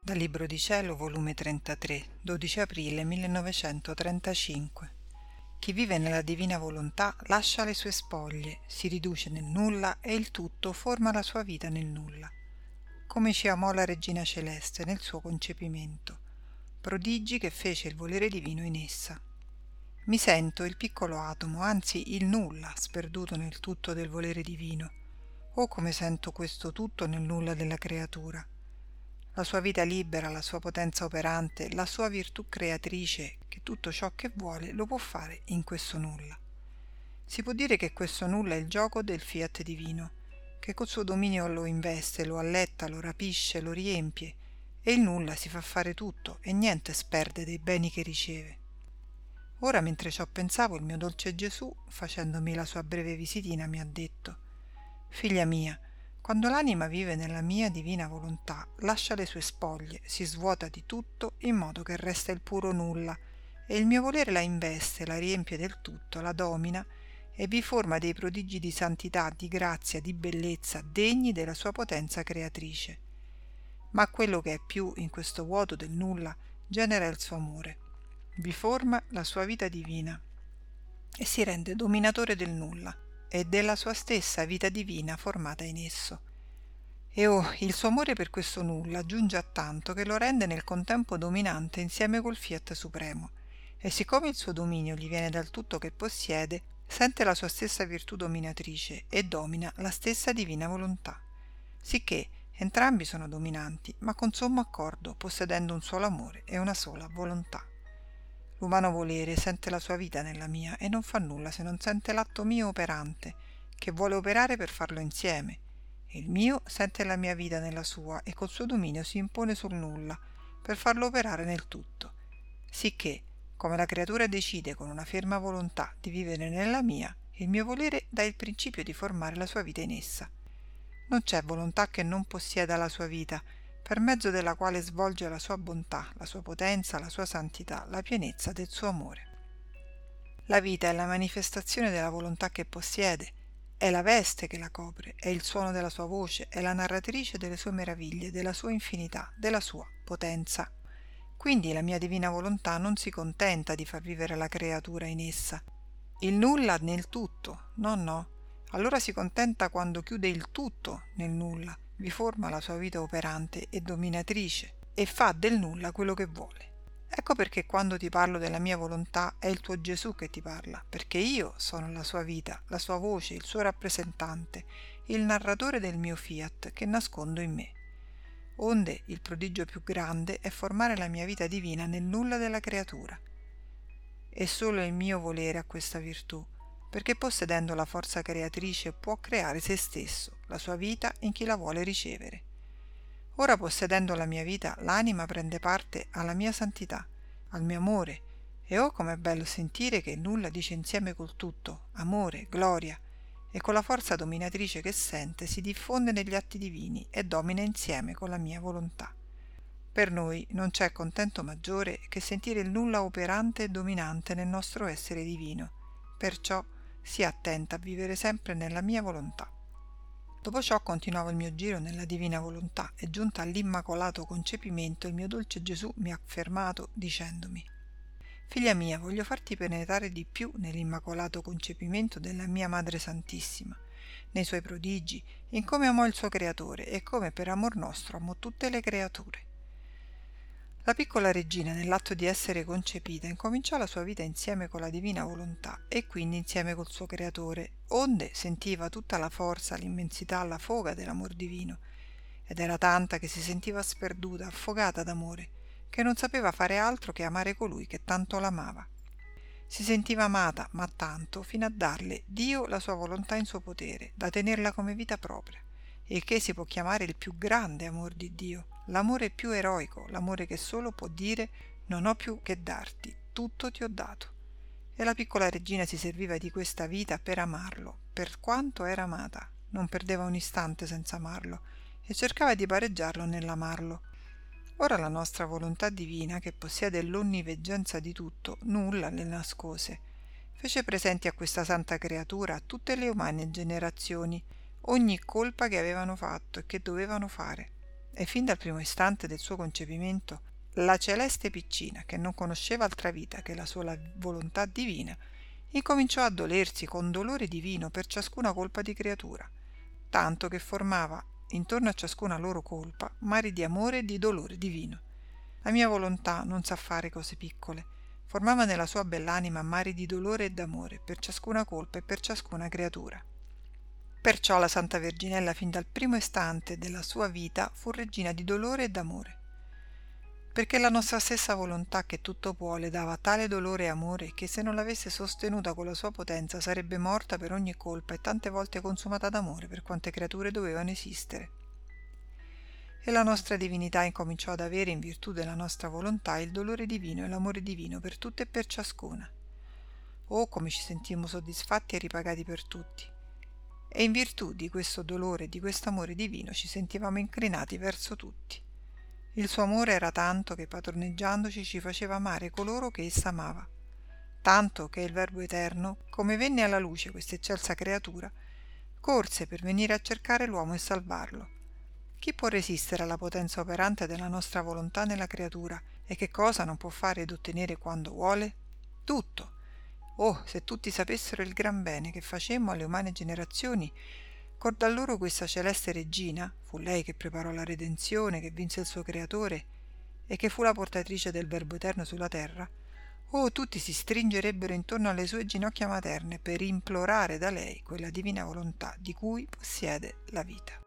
Dal Libro di Cielo, volume 33, 12 aprile 1935. Chi vive nella divina volontà lascia le sue spoglie, si riduce nel nulla e il tutto forma la sua vita nel nulla. Come ci amò la Regina Celeste nel suo concepimento, prodigi che fece il volere divino in essa. Mi sento il piccolo atomo, anzi il nulla, sperduto nel tutto del volere divino. Oh, come sento questo tutto nel nulla della creatura! La sua vita libera, la sua potenza operante, la sua virtù creatrice, che tutto ciò che vuole lo può fare in questo nulla. Si può dire che questo nulla è il gioco del fiat divino, che col suo dominio lo investe, lo alletta, lo rapisce, lo riempie, e il nulla si fa fare tutto e niente sperde dei beni che riceve. Ora, mentre ciò pensavo, il mio dolce Gesù, facendomi la sua breve visitina, mi ha detto: «Figlia mia, quando l'anima vive nella mia divina volontà, lascia le sue spoglie, si svuota di tutto in modo che resta il puro nulla, e il mio volere la investe, la riempie del tutto, la domina e vi forma dei prodigi di santità, di grazia, di bellezza, degni della sua potenza creatrice. Ma quello che è più in questo vuoto del nulla genera il suo amore, vi forma la sua vita divina e si rende dominatore del nulla e della sua stessa vita divina formata in esso. E il suo amore per questo nulla giunge a tanto che lo rende nel contempo dominante insieme col Fiat Supremo, e siccome il suo dominio gli viene dal tutto che possiede, sente la sua stessa virtù dominatrice e domina la stessa divina volontà, sicché entrambi sono dominanti, ma con sommo accordo, possedendo un solo amore e una sola volontà. L'umano volere sente la sua vita nella mia e non fa nulla se non sente l'atto mio operante, che vuole operare per farlo insieme, e il mio sente la mia vita nella sua e col suo dominio si impone sul nulla per farlo operare nel tutto, sicché, come la creatura decide con una ferma volontà di vivere nella mia, il mio volere dà il principio di formare la sua vita in essa. Non c'è volontà che non possieda la sua vita, per mezzo della quale svolge la sua bontà, la sua potenza, la sua santità, la pienezza del suo amore. La vita è la manifestazione della volontà che possiede, è la veste che la copre, è il suono della sua voce, è la narratrice delle sue meraviglie, della sua infinità, della sua potenza. Quindi la mia divina volontà non si contenta di far vivere la creatura in essa, il nulla nel tutto, no. Allora si contenta quando chiude il tutto nel nulla, vi forma la sua vita operante e dominatrice e fa del nulla quello che vuole. Ecco perché quando ti parlo della mia volontà è il tuo Gesù che ti parla, perché io sono la sua vita, la sua voce, il suo rappresentante, il narratore del mio fiat che nascondo in me. Onde il prodigio più grande è formare la mia vita divina nel nulla della creatura. E solo il mio volere ha questa virtù, perché possedendo la forza creatrice può creare se stesso, la sua vita in chi la vuole ricevere. Ora, possedendo la mia vita, l'anima prende parte alla mia santità, al mio amore, e com'è bello sentire che il nulla dice insieme col tutto, amore, gloria, e con la forza dominatrice che sente si diffonde negli atti divini e domina insieme con la mia volontà. Per noi non c'è contento maggiore che sentire il nulla operante e dominante nel nostro essere divino, perciò sia attenta a vivere sempre nella mia volontà. Dopo ciò continuavo il mio giro nella divina volontà e giunta all'immacolato concepimento il mio dolce Gesù mi ha fermato dicendomi: «Figlia mia, voglio farti penetrare di più nell'immacolato concepimento della mia Madre Santissima, nei suoi prodigi, in come amò il suo Creatore e come per amor nostro amò tutte le creature». La piccola regina, nell'atto di essere concepita, incominciò la sua vita insieme con la divina volontà e quindi insieme col suo Creatore, onde sentiva tutta la forza, l'immensità, la foga dell'amor divino, ed era tanta che si sentiva sperduta, affogata d'amore, che non sapeva fare altro che amare colui che tanto l'amava. Si sentiva amata, ma tanto, fino a darle Dio la sua volontà in suo potere, da tenerla come vita propria, il che si può chiamare il più grande amor di Dio, l'amore più eroico, l'amore che solo può dire «non ho più che darti, tutto ti ho dato». E la piccola regina si serviva di questa vita per amarlo, per quanto era amata, non perdeva un istante senza amarlo e cercava di pareggiarlo nell'amarlo. Ora la nostra volontà divina, che possiede l'onniveggenza di tutto, nulla le nascose. Fece presenti a questa santa creatura, a tutte le umane generazioni, ogni colpa che avevano fatto e che dovevano fare, e fin dal primo istante del suo concepimento la celeste piccina, che non conosceva altra vita che la sola volontà divina, incominciò a dolersi con dolore divino per ciascuna colpa di creatura, tanto che formava intorno a ciascuna loro colpa mari di amore e di dolore divino. La mia volontà non sa fare cose piccole, formava nella sua bell'anima mari di dolore e d'amore per ciascuna colpa e per ciascuna creatura. Perciò la Santa Verginella fin dal primo istante della sua vita fu regina di dolore e d'amore, perché la nostra stessa volontà che tutto può le dava tale dolore e amore che se non l'avesse sostenuta con la sua potenza sarebbe morta per ogni colpa e tante volte consumata d'amore per quante creature dovevano esistere. E la nostra divinità incominciò ad avere in virtù della nostra volontà il dolore divino e l'amore divino per tutte e per ciascuna. Oh, come ci sentimmo soddisfatti e ripagati per tutti! E in virtù di questo dolore e di questo amore divino ci sentivamo inclinati verso tutti. Il suo amore era tanto che padroneggiandoci ci faceva amare coloro che essa amava, tanto che il Verbo Eterno, come venne alla luce questa eccelsa creatura, corse per venire a cercare l'uomo e salvarlo. Chi può resistere alla potenza operante della nostra volontà nella creatura e che cosa non può fare ed ottenere quando vuole? Tutto! Oh, se tutti sapessero il gran bene che facemmo alle umane generazioni, da loro questa celeste regina, fu lei che preparò la redenzione, che vinse il suo creatore e che fu la portatrice del Verbo Eterno sulla terra, oh, tutti si stringerebbero intorno alle sue ginocchia materne per implorare da lei quella divina volontà di cui possiede la vita.